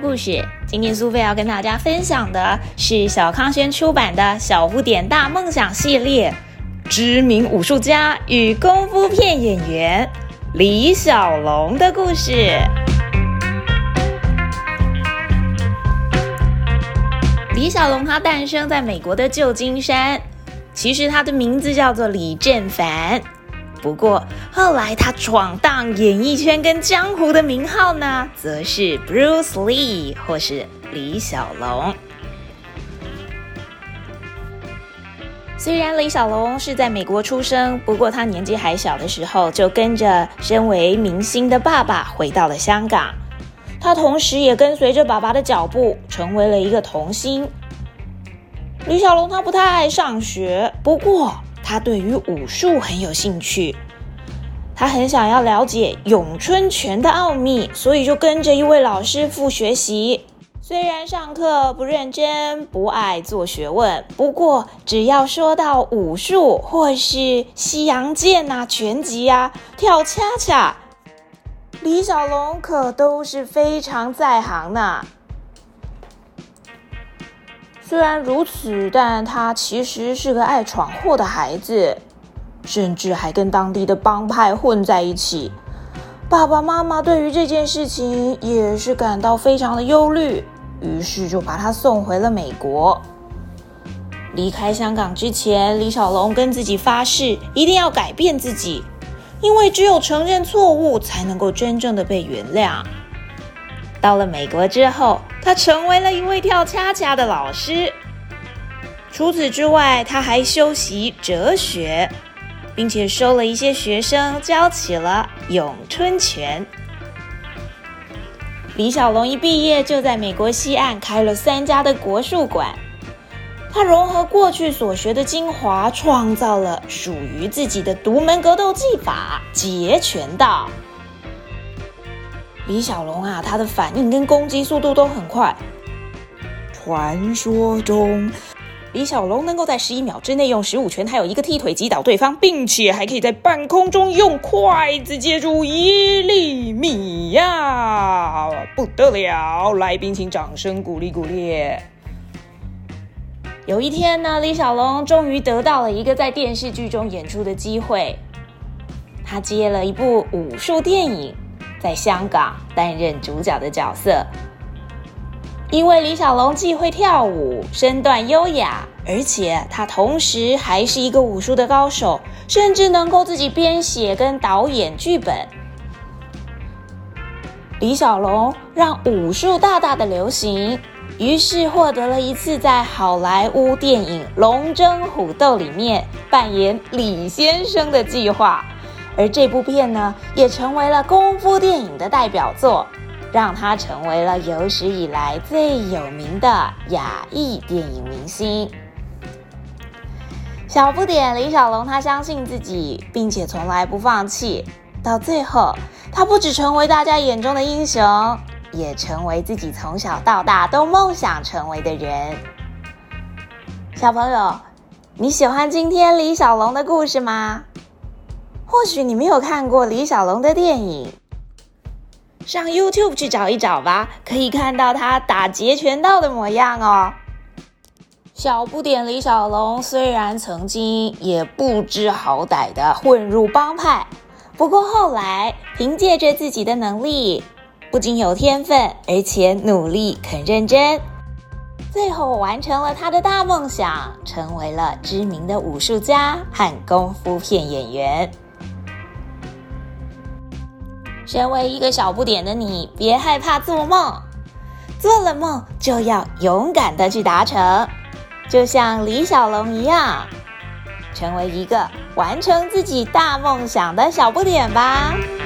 故事。今天苏菲要跟大家分享的是小康轩出版的《小不点大梦想》系列，知名武术家与功夫片演员李小龙的故事。李小龙他诞生在美国的旧金山，其实他的名字叫做李正凡。不过后来他闯荡演艺圈跟江湖的名号呢，则是 Bruce Lee 或是李小龙。虽然李小龙是在美国出生，不过他年纪还小的时候就跟着身为明星的爸爸回到了香港。他同时也跟随着爸爸的脚步，成为了一个童星。李小龙他不太爱上学，不过他对于武术很有兴趣，他很想要了解咏春拳的奥秘，所以就跟着一位老师傅学习。虽然上课不认真，不爱做学问，不过只要说到武术或是西洋剑啊、拳击啊、跳恰恰，李小龙可都是非常在行呢。虽然如此，但他其实是个爱闯祸的孩子，甚至还跟当地的帮派混在一起。爸爸妈妈对于这件事情也是感到非常的忧虑，于是就把他送回了美国。离开香港之前，李小龙跟自己发誓，一定要改变自己，因为只有承认错误，才能够真正的被原谅。到了美国之后，他成为了一位跳恰恰的老师。除此之外，他还修习哲学，并且收了一些学生，教起了咏春拳。李小龙一毕业就在美国西岸开了3家的国术馆。他融合过去所学的精华，创造了属于自己的独门格斗技法截拳道。李小龙啊，他的反应跟攻击速度都很快。传说中，李小龙能够在11秒之内用15拳还有一个踢腿击倒对方，并且还可以在半空中用筷子接住1粒米呀，不得了！来宾请掌声鼓励鼓励。有一天呢，李小龙终于得到了一个在电视剧中演出的机会，他接了一部武术电影，在香港担任主角的角色。因为李小龙既会跳舞，身段优雅，而且他同时还是一个武术的高手，甚至能够自己编写跟导演剧本。李小龙让武术大大的流行，于是获得了一次在好莱坞电影《龙争虎斗》里面扮演李先生的计划。而这部片呢，也成为了功夫电影的代表作，让他成为了有史以来最有名的亚裔电影明星。小不点李小龙他相信自己，并且从来不放弃，到最后他不只成为大家眼中的英雄，也成为自己从小到大都梦想成为的人。小朋友，你喜欢今天李小龙的故事吗？或许你没有看过李小龙的电影，上 YouTube 去找一找吧，可以看到他打截拳道的模样哦。小不点李小龙虽然曾经也不知好歹的混入帮派，不过后来凭借着自己的能力，不仅有天分，而且努力肯认真，最后完成了他的大梦想，成为了知名的武术家和功夫片演员。身为一个小不点的你，别害怕做梦，做了梦就要勇敢的去达成，就像李小龙一样，成为一个完成自己大梦想的小不点吧。